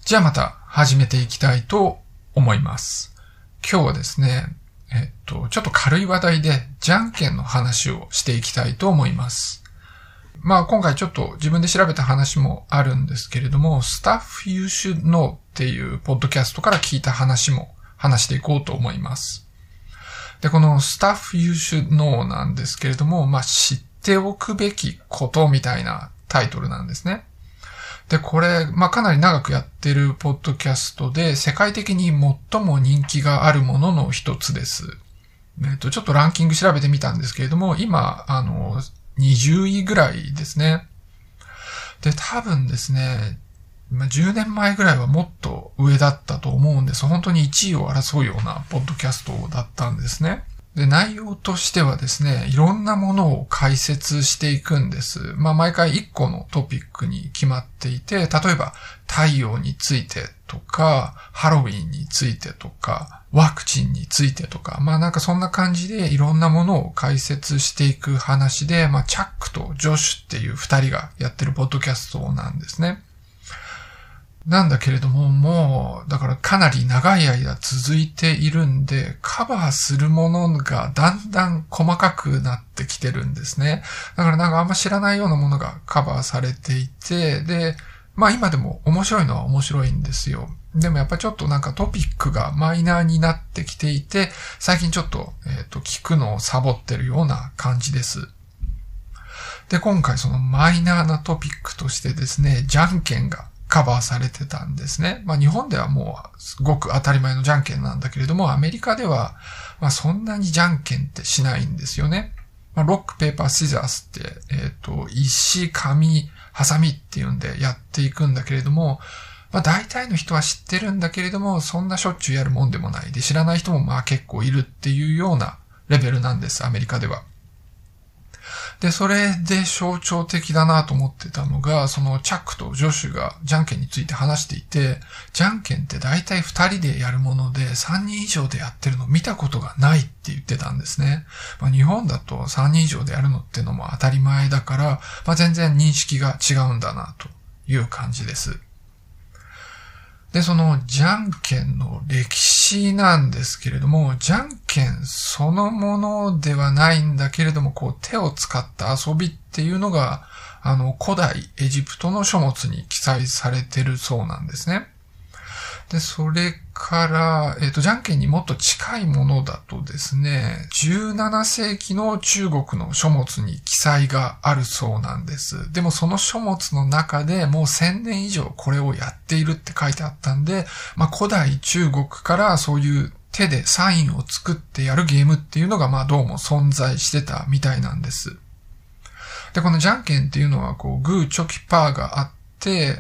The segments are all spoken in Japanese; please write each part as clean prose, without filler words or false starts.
じゃあまた始めていきたいと思います。今日はですね、ちょっと軽い話題でじゃんけんの話をしていきたいと思います。今回ちょっと自分で調べた話もあるんですけれども、Stuff You Should Know っていうポッドキャストから聞いた話も話していこうと思います。で、この Stuff You Should Know なんですけれども、知っておくべきことみたいなタイトルなんですね。で、これ、かなり長くやってるポッドキャストで、世界的に最も人気があるものの一つです。ちょっとランキング調べてみたんですけれども、今、20位ぐらいですね。で、多分ですね、10年前ぐらいはもっと上だったと思うんです。本当に1位を争うようなポッドキャストだったんですね。で、内容としてはですね、いろんなものを解説していくんです。毎回1個のトピックに決まっていて、例えば太陽についてとか、ハロウィンについてとか、ワクチンについてとか、そんな感じでいろんなものを解説していく話で、チャックとジョシュっていう2人がやってるポッドキャストなんですね。なんだけれども、もう、だからかなり長い間続いているんで、カバーするものがだんだん細かくなってきてるんですね。だからあんま知らないようなものがカバーされていて、で、今でも面白いのは面白いんですよ。でもやっぱちょっとトピックがマイナーになってきていて、最近ちょっと、聞くのをサボってるような感じです。で、今回そのマイナーなトピックとしてですね、じゃんけんがカバーされてたんですね。日本ではもうごく当たり前のじゃんけんなんだけれども、アメリカではそんなにじゃんけんってしないんですよね。ロック、ペーパー、シザースって、石、紙、ハサミっていうんでやっていくんだけれども、大体の人は知ってるんだけれども、そんなしょっちゅうやるもんでもない。で、知らない人も結構いるっていうようなレベルなんです、アメリカでは。で、それで象徴的だなと思ってたのが、そのチャックとジョシュがじゃんけんについて話していて、じゃんけんって大体2人でやるもので3人以上でやってるの見たことがないって言ってたんですね。日本だと3人以上でやるのってのも当たり前だから、全然認識が違うんだなという感じです。で、そのじゃんけんの歴史なんですけれども、じゃんけんそのものではないんだけれども、手を使った遊びっていうのが、古代エジプトの書物に記載されてるそうなんですね。で、それから、じゃんけんにもっと近いものだとですね、17世紀の中国の書物に記載があるそうなんです。でもその書物の中でもう1000年以上これをやっているって書いてあったんで、古代中国からそういう手でサインを作ってやるゲームっていうのがどうも存在してたみたいなんです。で、このじゃんけんっていうのはグー、チョキ、パーがあって、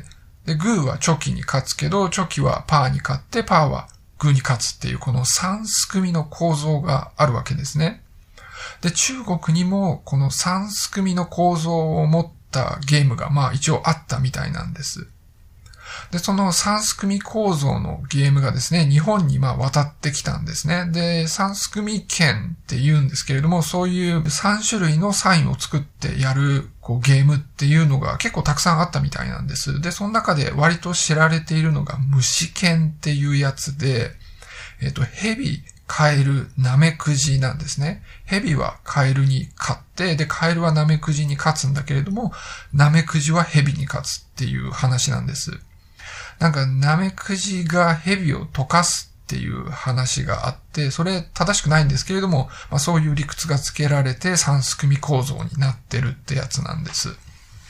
で、グーはチョキに勝つけど、チョキはパーに勝って、パーはグーに勝つっていう、この3すくみの構造があるわけですね。で、中国にもこの3すくみの構造を持ったゲームが一応あったみたいなんです。で、その3すくみ構造のゲームがですね、日本に渡ってきたんですね。で、3すくみ剣って言うんですけれども、そういう3種類のサインを作ってやるゲームっていうのが結構たくさんあったみたいなんです。で、その中で割と知られているのが虫剣っていうやつで、蛇、カエル、ナメクジなんですね。蛇はカエルに勝って、で、カエルはナメクジに勝つんだけれども、ナメクジは蛇に勝つっていう話なんです。ナメクジが蛇を溶かすっていう話があって、それ正しくないんですけれども、そういう理屈がつけられて3すくみ構造になってるってやつなんです。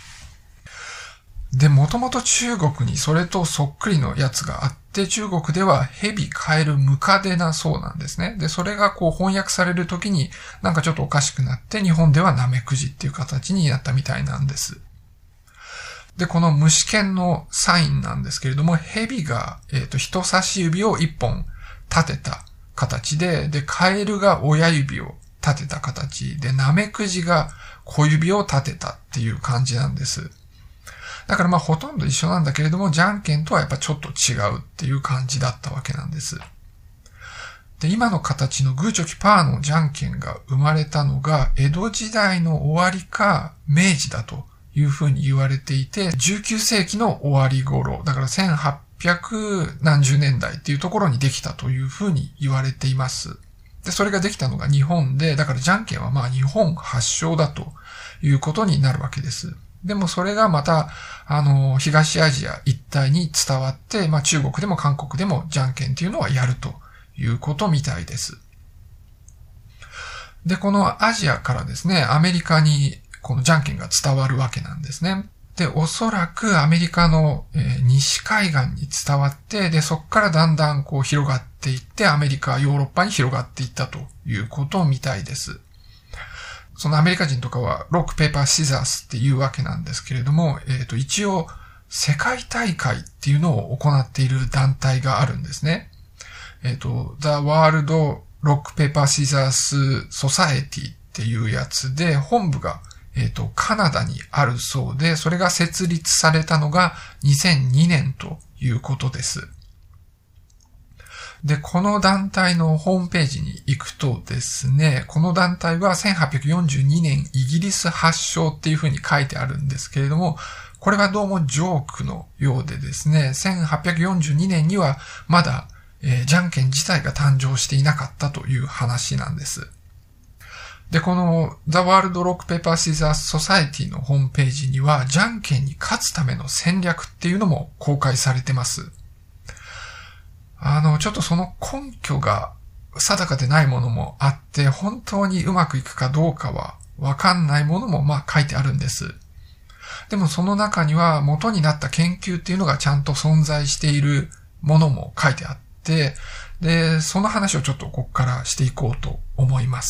で、もともと中国にそれとそっくりのやつがあって、中国では蛇、カエル、ムカデなそうなんですね。で、それが翻訳されるときにちょっとおかしくなって、日本ではナメクジっていう形になったみたいなんです。で、この虫剣のサインなんですけれども、蛇が、人差し指を1本立てた形で、で、カエルが親指を立てた形で、ナメクジが小指を立てたっていう感じなんです。だからほとんど一緒なんだけれども、じゃんけんとはやっぱちょっと違うっていう感じだったわけなんです。で、今の形のグーチョキパーのじゃんけんが生まれたのが、江戸時代の終わりか明治だというふうに言われていて、19世紀の終わり頃、だから1800 1800何十年代っていうところにできたというふうに言われています。で、それができたのが日本で、だからじゃんけんは日本発祥だということになるわけです。でもそれがまた、東アジア一帯に伝わって、中国でも韓国でもじゃんけんっていうのはやるということみたいです。で、このアジアからですね、アメリカにこのじゃんけんが伝わるわけなんですね。で、おそらくアメリカの、西海岸に伝わって、で、そこからだんだん広がっていって、アメリカ、ヨーロッパに広がっていったということみたいです。そのアメリカ人とかはロックペーパーシザースっていうわけなんですけれども、一応世界大会っていうのを行っている団体があるんですね。The World Rock Paper Scissors Society っていうやつで、本部がカナダにあるそうで、それが設立されたのが2002年ということです。で、この団体のホームページに行くとですね、この団体は1842年イギリス発祥っていうふうに書いてあるんですけれども、これはどうもジョークのようでですね、1842年にはまだ、じゃんけん自体が誕生していなかったという話なんです。で、この The World Rock Paper Scissors Society のホームページには、じゃんけんに勝つための戦略っていうのも公開されてます。ちょっとその根拠が定かでないものもあって、本当にうまくいくかどうかはわかんないものも書いてあるんです。でもその中には元になった研究っていうのがちゃんと存在しているものも書いてあって、で、その話をちょっとここからしていこうと思います。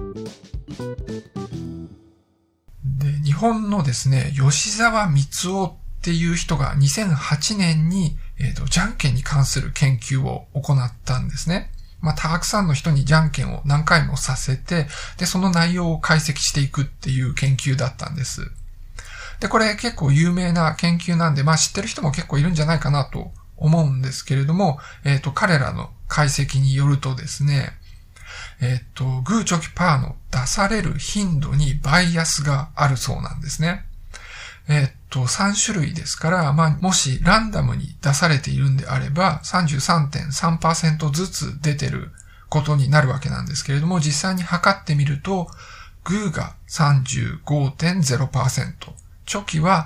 で、日本のですね、吉沢光夫っていう人が2008年にじゃんけんに関する研究を行ったんですね。たくさんの人にじゃんけんを何回もさせて、で、その内容を解析していくっていう研究だったんです。で、これ結構有名な研究なんで、知ってる人も結構いるんじゃないかなと思うんですけれども、彼らの解析によるとですね、グーチョキパーの出される頻度にバイアスがあるそうなんですね。3種類ですから、もしランダムに出されているんであれば、33.3% ずつ出てることになるわけなんですけれども、実際に測ってみると、グーが 35.0%、チョキは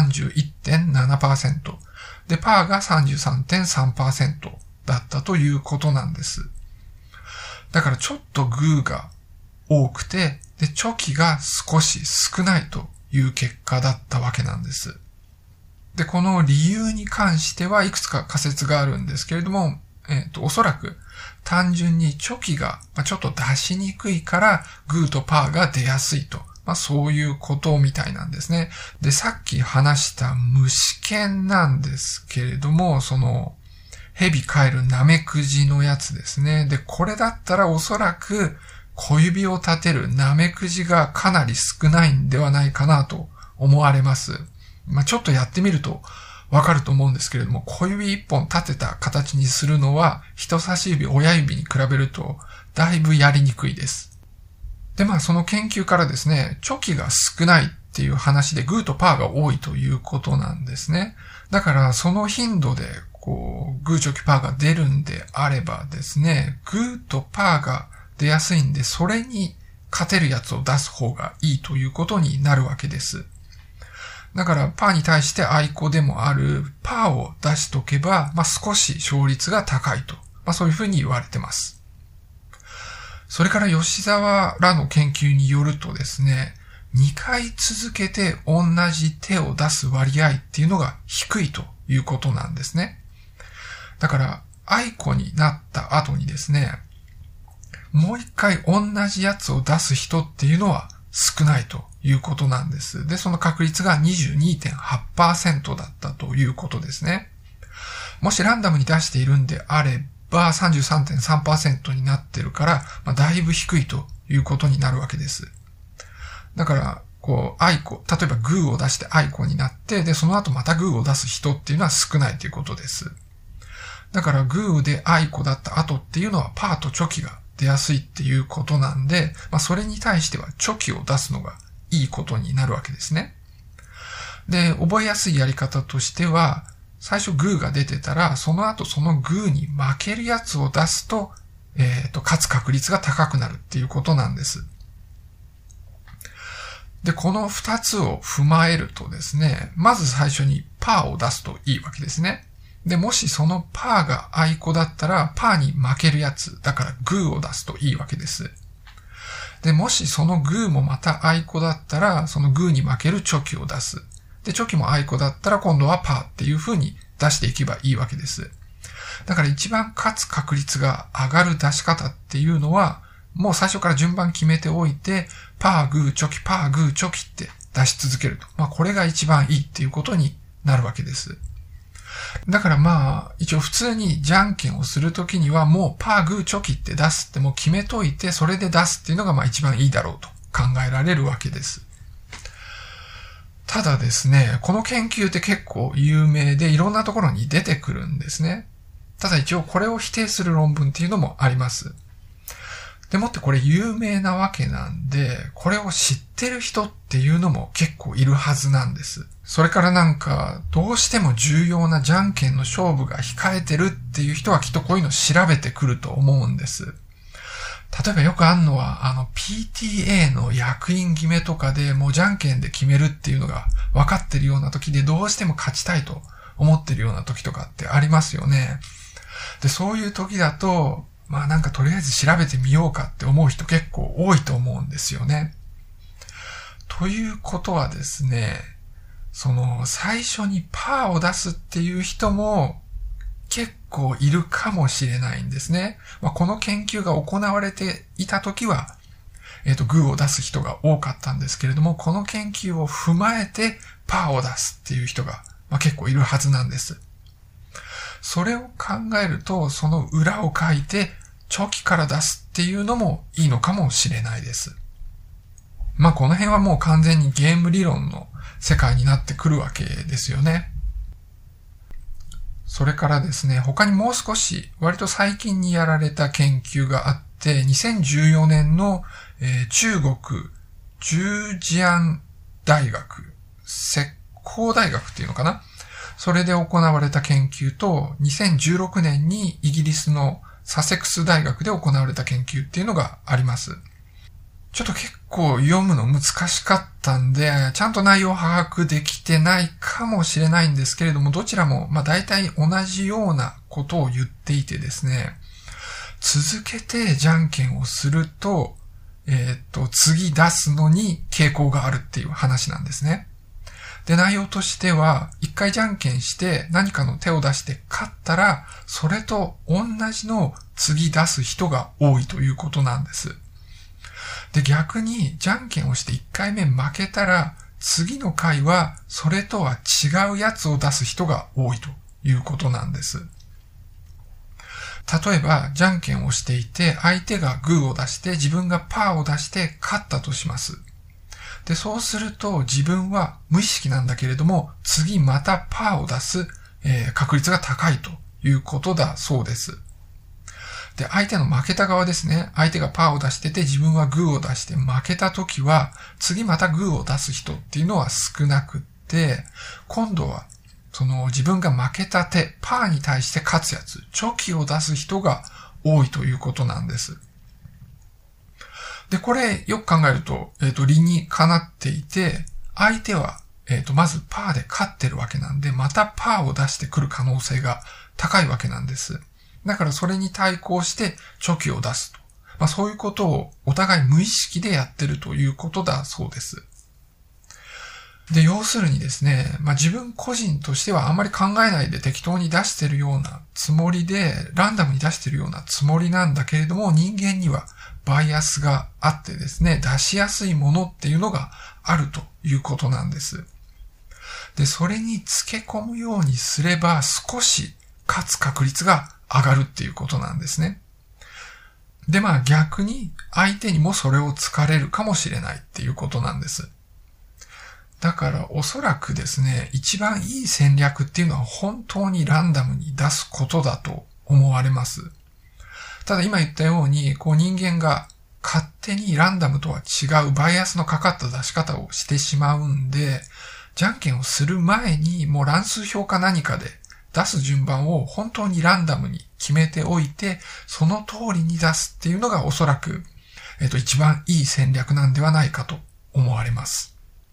31.7%、で、パーが 33.3% だったということなんです。だからちょっとグーが多くて、で、チョキが少し少ないという結果だったわけなんです。で、この理由に関してはいくつか仮説があるんですけれども、おそらく単純にチョキがちょっと出しにくいからグーとパーが出やすいと。そういうことみたいなんですね。で、さっき話した虫剣なんですけれども、蛇カエルナメクジのやつですね。で、これだったらおそらく小指を立てるナメクジがかなり少ないんではないかなと思われます。ちょっとやってみるとわかると思うんですけれども、小指一本立てた形にするのは人差し指、親指に比べるとだいぶやりにくいです。で、その研究からですね、チョキが少ないっていう話でグーとパーが多いということなんですね。だからその頻度でグーチョキパーが出るんであればですね、グーとパーが出やすいんで、それに勝てるやつを出す方がいいということになるわけです。だからパーに対して愛子でもあるパーを出しとけば、少し勝率が高いと。そういうふうに言われてます。それから吉沢らの研究によるとですね、2回続けて同じ手を出す割合っていうのが低いということなんですね。だから愛子になった後にですね、もう一回同じやつを出す人っていうのは少ないということなんです。で、その確率が 22.8% だったということですね。もしランダムに出しているんであれば 33.3% になってるから、だいぶ低いということになるわけです。だから、愛子、例えばグーを出して愛子になって、で、その後またグーを出す人っていうのは少ないということです。だからグーで愛子だった後っていうのはパーとチョキが出やすいっていうことなんで、それに対してはチョキを出すのがいいことになるわけですね。で、覚えやすいやり方としては、 最初グーが出てたら、その後そのグーに負けるやつを出すと、勝つ確率が高くなるっていうことなんです。で、この2つを踏まえるとですね、まず最初にパーを出すといいわけですね。で、もしそのパーがあいこだったら、パーに負けるやつ、だからグーを出すといいわけです。で、もしそのグーもまたあいこだったら、そのグーに負けるチョキを出す。で、チョキもあいこだったら今度はパーっていう風に出していけばいいわけです。だから一番勝つ確率が上がる出し方っていうのは、もう最初から順番決めておいて、パーグーチョキ、パーグーチョキって出し続けると。これが一番いいっていうことになるわけです。だから一応普通にじゃんけんをするときにはもうパーグーチョキって出すってもう決めといて、それで出すっていうのが一番いいだろうと考えられるわけです。ただですね、この研究って結構有名でいろんなところに出てくるんですね。ただ一応これを否定する論文っていうのもあります。でもってこれ有名なわけなんで、これを知ってる人っていうのも結構いるはずなんです。それからどうしても重要なじゃんけんの勝負が控えてるっていう人はきっとこういうの調べてくると思うんです。例えばよくあるのは、PTA の役員決めとかでもうじゃんけんで決めるっていうのが分かってるような時でどうしても勝ちたいと思ってるような時とかってありますよね。で、そういう時だと、とりあえず調べてみようかって思う人結構多いと思うんですよね。ということはですね、最初にパーを出すっていう人も結構いるかもしれないんですね。この研究が行われていた時は、グーを出す人が多かったんですけれども、この研究を踏まえてパーを出すっていう人が、結構いるはずなんです。それを考えると、その裏を書いて、チョキから出すっていうのもいいのかもしれないです。この辺はもう完全にゲーム理論の世界になってくるわけですよね。それからですね、他にもう少し割と最近にやられた研究があって、2014年の、中国中吉安大学、浙江大学っていうのかな？それで行われた研究と、2016年にイギリスのサセックス大学で行われた研究っていうのがあります。ちょっと結構読むの難しかったんで、ちゃんと内容を把握できてないかもしれないんですけれども、どちらも大体同じようなことを言っていてですね、続けてじゃんけんをすると、次出すのに傾向があるっていう話なんですね。で、内容としては、一回じゃんけんして何かの手を出して勝ったら、それと同じのを次出す人が多いということなんです。で、逆にじゃんけんをして1回目負けたら、次の回はそれとは違うやつを出す人が多いということなんです。例えば、じゃんけんをしていて、相手がグーを出して自分がパーを出して勝ったとします。で、そうすると自分は無意識なんだけれども、次またパーを出す、確率が高いということだそうです。で、相手の負けた側ですね。相手がパーを出してて自分はグーを出して負けたときは、次またグーを出す人っていうのは少なくって、今度は自分が負けた手、パーに対して勝つやつ、チョキを出す人が多いということなんです。で、これよく考えると、理にかなっていて、相手は、まずパーで勝ってるわけなんで、またパーを出してくる可能性が高いわけなんです。だからそれに対抗してチョキを出すと。そういうことをお互い無意識でやってるということだそうです。で、要するにですね、自分個人としてはあんまり考えないで適当に出してるようなつもりで、ランダムに出してるようなつもりなんだけれども、人間にはバイアスがあってですね、出しやすいものっていうのがあるということなんです。で、それにつけ込むようにすれば少し勝つ確率が上がるっていうことなんですね。で、逆に相手にもそれを突かれるかもしれないっていうことなんです。だからおそらくですね、一番いい戦略っていうのは本当にランダムに出すことだと思われます。ただ今言ったように、人間が勝手にランダムとは違うバイアスのかかった出し方をしてしまうんで、じゃんけんをする前にもう乱数表か何かで出す順番を本当にランダムに決めておいて、その通りに出すっていうのがおそらく、一番いい戦略なんではないかと思われます。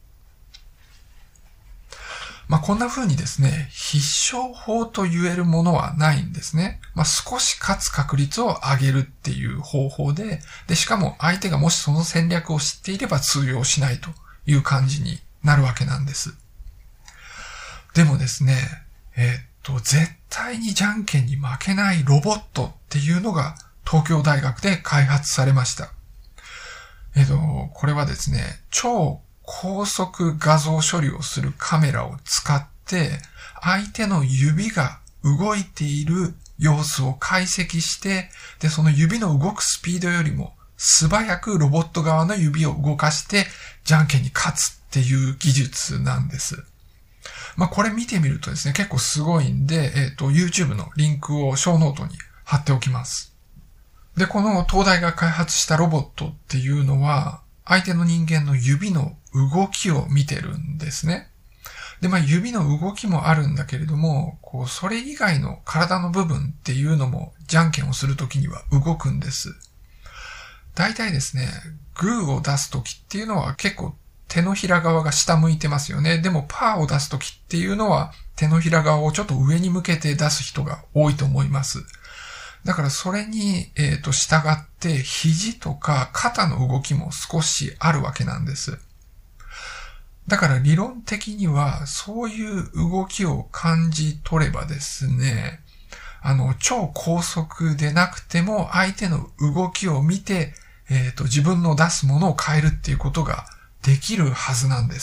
こんな風にですね、必勝法と言えるものはないんですね。少し勝つ確率を上げるっていう方法で、しかも相手がもしその戦略を知っていれば通用しないという感じになるわけなんです。でもですね、絶対にじゃんけんに負けないロボットっていうのが東京大学で開発されました。これはですね、超高速画像処理をするカメラを使って相手の指が動いている様子を解析して、その指の動くスピードよりも素早くロボット側の指を動かしてじゃんけんに勝つっていう技術なんです。これ見てみるとですね、結構すごいんで、YouTube のリンクをショーノートに貼っておきます。で、この東大が開発したロボットっていうのは、相手の人間の指の動きを見てるんですね。で、指の動きもあるんだけれども、それ以外の体の部分っていうのも、じゃんけんをするときには動くんです。大体ですね、グーを出すときっていうのは結構手のひら側が下向いてますよね。でもパーを出すときっていうのは手のひら側をちょっと上に向けて出す人が多いと思います。だからそれに、従って肘とか肩の動きも少しあるわけなんです。だから理論的にはそういう動きを感じ取ればですね、超高速でなくても相手の動きを見て、自分の出すものを変えるっていうことができるはずなんです。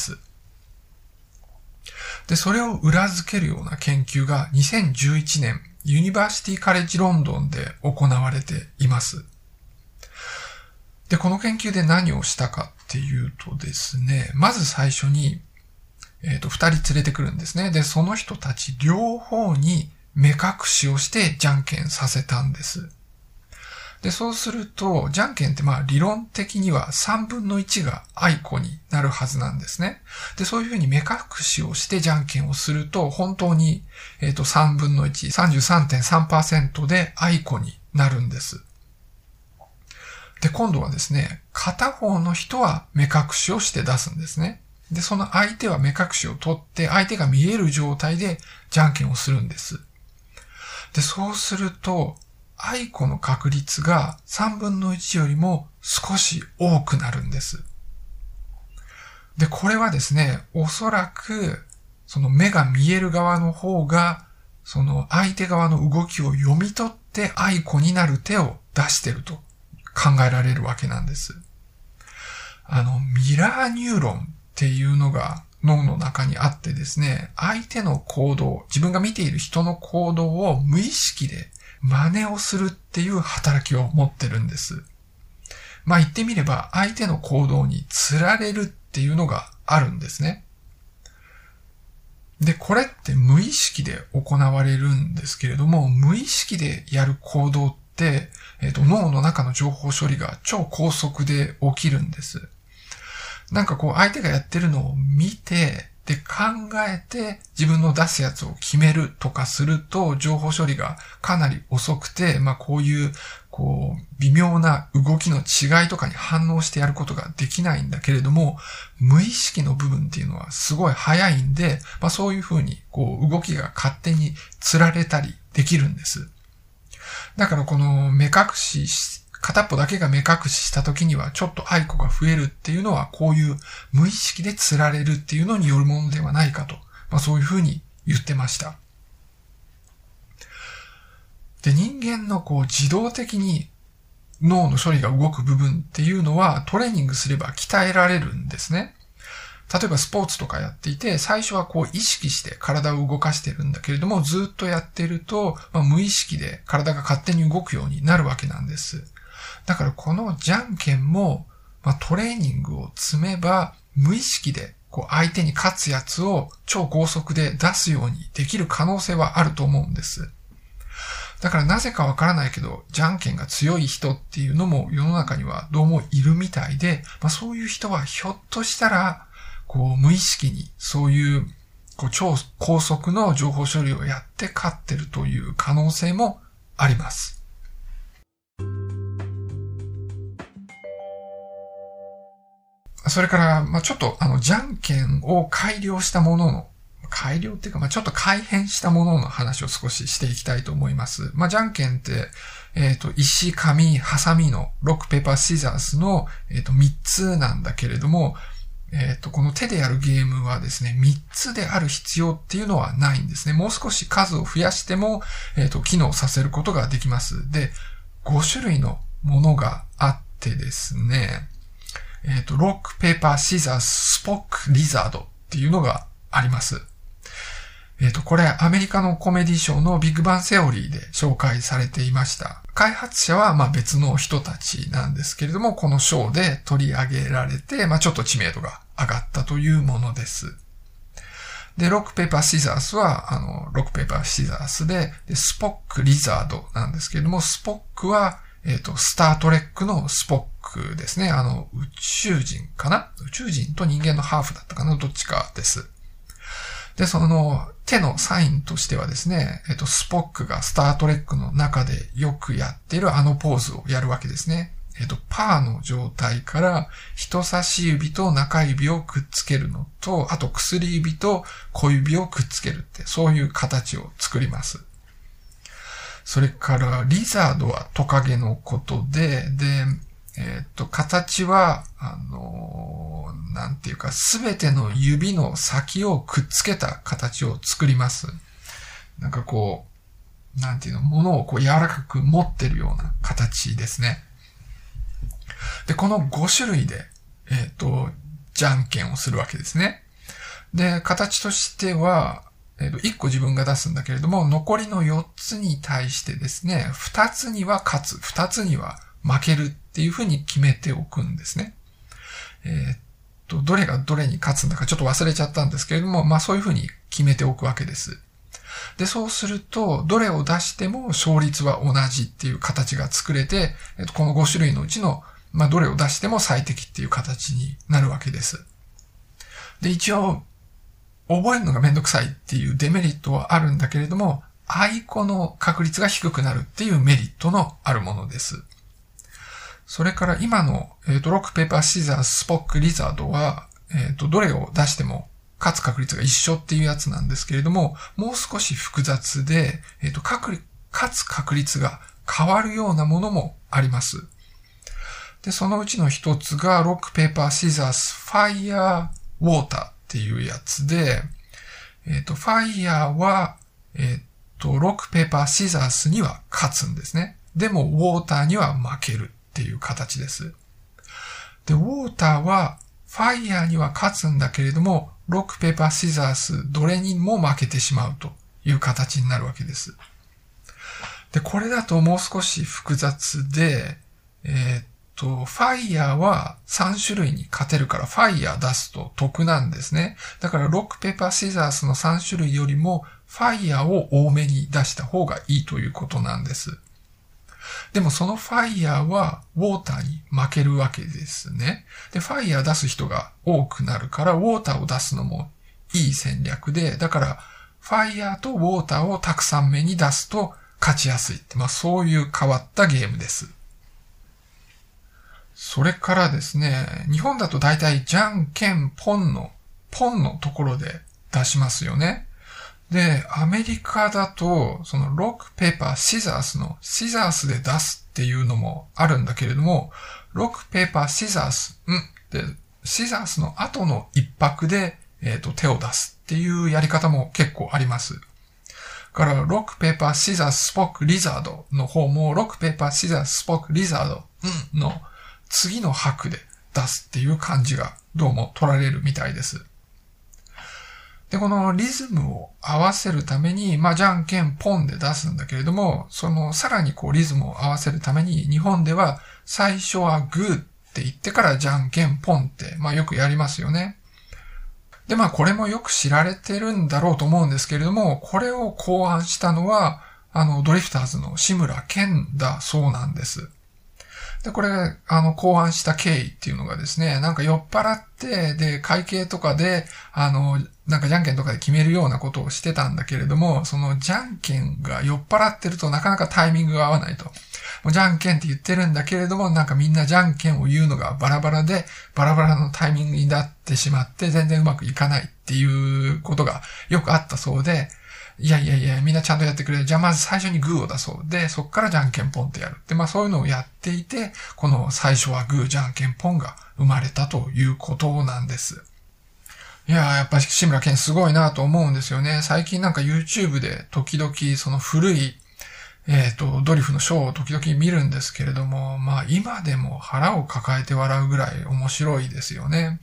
で、それを裏付けるような研究が2011年、ユニバーシティカレッジロンドンで行われています。で、この研究で何をしたかっていうとですね、まず最初に、二人連れてくるんですね。で、その人たち両方に目隠しをしてじゃんけんさせたんです。で、そうすると、じゃんけんって理論的には3分の1があいこになるはずなんですね。で、そういうふうに目隠しをしてじゃんけんをすると、本当に、3分の1、33.3% であいこになるんです。で、今度はですね、片方の人は目隠しをして出すんですね。で、その相手は目隠しを取って、相手が見える状態でじゃんけんをするんです。で、そうすると、あいこの確率が3分の1よりも少し多くなるんです。で、これはですね、おそらく、その目が見える側の方が、その相手側の動きを読み取ってあいこになる手を出していると考えられるわけなんです。ミラーニューロンっていうのが脳の中にあってですね、相手の行動、自分が見ている人の行動を無意識で真似をするっていう働きを持ってるんです。言ってみれば相手の行動に釣られるっていうのがあるんですね。で、これって無意識で行われるんですけれども、無意識でやる行動って、脳の中の情報処理が超高速で起きるんです。相手がやってるのを見て、で、考えて自分の出すやつを決めるとかすると、情報処理がかなり遅くて、こういう、微妙な動きの違いとかに反応してやることができないんだけれども、無意識の部分っていうのはすごい早いんで、そういうふうに、動きが勝手に釣られたりできるんです。だからこの目隠し、片っぽだけが目隠しした時にはちょっとあいこが増えるっていうのはこういう無意識で釣られるっていうのによるものではないかと、そういうふうに言ってました。で、人間の自動的に脳の処理が動く部分っていうのはトレーニングすれば鍛えられるんですね。例えばスポーツとかやっていて、最初は意識して体を動かしてるんだけれども、ずっとやってると、無意識で体が勝手に動くようになるわけなんです。だからこのじゃんけんも、トレーニングを積めば、無意識で相手に勝つやつを超高速で出すようにできる可能性はあると思うんです。だからなぜかわからないけど、じゃんけんが強い人っていうのも世の中にはどうもいるみたいで、そういう人はひょっとしたら、無意識にそういう超高速の情報処理をやって勝ってるという可能性もあります。それから、ちょっとじゃんけんを改良したものの、改良っていうか、ちょっと改変したものの話を少ししていきたいと思います。じゃんけんって、石、紙、ハサミのロック、ペーパー、シザースの、3つなんだけれども、この手でやるゲームはですね、3つである必要っていうのはないんですね。もう少し数を増やしても、機能させることができます。で、5種類のものがあってですね、ロック、ペーパー、シザース、スポック、リザードっていうのがあります。これアメリカのコメディショーのビッグバンセオリーで紹介されていました。開発者は別の人たちなんですけれども、このショーで取り上げられて、ちょっと知名度が上がったというものです。で、ロック、ペーパー、シザースは、ロック、ペーパー、シザースで、スポック、リザードなんですけれども、スポックは、スタートレックのスポックですね。宇宙人かな？宇宙人と人間のハーフだったかな？どっちかです。で、その手のサインとしてはですね、スポックがスタートレックの中でよくやっているポーズをやるわけですね。パーの状態から人差し指と中指をくっつけるのと、あと薬指と小指をくっつけるって、そういう形を作ります。それから、リザードはトカゲのことで、形は、なんていうか、すべての指の先をくっつけた形を作ります。なんかなんていうの、物を柔らかく持ってるような形ですね。で、この5種類で、じゃんけんをするわけですね。で、形としては、1個自分が出すんだけれども、残りの4つに対してですね、2つには勝つ、2つには負けるっていうふうに決めておくんですね。どれがどれに勝つんだかちょっと忘れちゃったんですけれども、そういうふうに決めておくわけです。で、そうすると、どれを出しても勝率は同じっていう形が作れて、この5種類のうちの、どれを出しても最適っていう形になるわけです。で、一応、覚えるのがめんどくさいっていうデメリットはあるんだけれども、アイコの確率が低くなるっていうメリットのあるものです。それから今の、ロック、ペーパー、シザー、スポック、リザードは、どれを出しても勝つ確率が一緒っていうやつなんですけれども、もう少し複雑で、勝つ確率が変わるようなものもあります。で、そのうちの一つが、ロック、ペーパー、シザース、ファイヤー、ウォーターっていうやつで、ファイヤーは、ロック、ペーパー、シザースには勝つんですね。でも、ウォーターには負けるっていう形です。で、ウォーターは、ファイヤーには勝つんだけれども、ロック、ペーパー、シザース、どれにも負けてしまうという形になるわけです。で、これだともう少し複雑で、ファイヤーは3種類に勝てるからファイヤー出すと得なんですね。だからロック、ペーパー、シザースの3種類よりもファイヤーを多めに出した方がいいということなんです。でもそのファイヤーはウォーターに負けるわけですね。で、ファイヤー出す人が多くなるからウォーターを出すのもいい戦略で、だからファイヤーとウォーターをたくさん目に出すと勝ちやすいって、そういう変わったゲームです。それからですね、日本だと大体じゃんけんポンのところで出しますよね。で、アメリカだと、そのロック、ペーパー、シザースのシザースで出すっていうのもあるんだけれども、ロック、ペーパー、シザース、で、シザースの後の一拍で、手を出すっていうやり方も結構あります。だから、ロック、ペーパー、シザース、スポック、リザードの方も、ロック、ペーパー、シザース、スポック、リザード、の次の拍で出すっていう感じがどうも取られるみたいです。で、このリズムを合わせるために、じゃんけんポンで出すんだけれども、さらにリズムを合わせるために、日本では最初はグーって言ってからじゃんけんポンって、よくやりますよね。で、これもよく知られてるんだろうと思うんですけれども、これを考案したのは、ドリフターズの志村けんだそうなんです。 で、これ、考案した経緯っていうのがですね、なんか酔っ払って、で、会計とかで、なんかじゃんけんとかで決めるようなことをしてたんだけれども、そのじゃんけんが酔っ払ってるとなかなかタイミングが合わないと。もうじゃんけんって言ってるんだけれども、なんかみんなじゃんけんを言うのがバラバラで、バラバラのタイミングになってしまって、全然うまくいかないっていうことがよくあったそうで、いや、みんなちゃんとやってくれる。じゃあまず最初にグーを出そうで、そっからじゃんけんポンってやるって、そういうのをやっていて、この最初はグー、じゃんけんポンが生まれたということなんです。いやー、やっぱり志村けんすごいなと思うんですよね。最近なんか YouTube で時々その古い、ドリフのショーを時々見るんですけれども、今でも腹を抱えて笑うぐらい面白いですよね。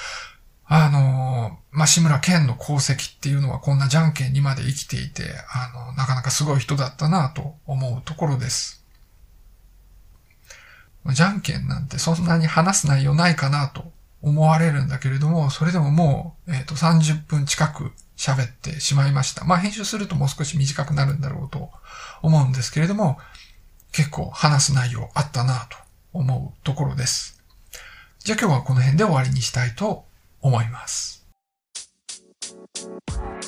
志村けんの功績っていうのはこんなじゃんけんにまで生きていて、なかなかすごい人だったなと思うところです。じゃんけんなんてそんなに話す内容ないかなと思われるんだけれども、それでももう、30分近く喋ってしまいました。編集するともう少し短くなるんだろうと思うんですけれども、結構話す内容あったなと思うところです。じゃあ今日はこの辺で終わりにしたいと思います。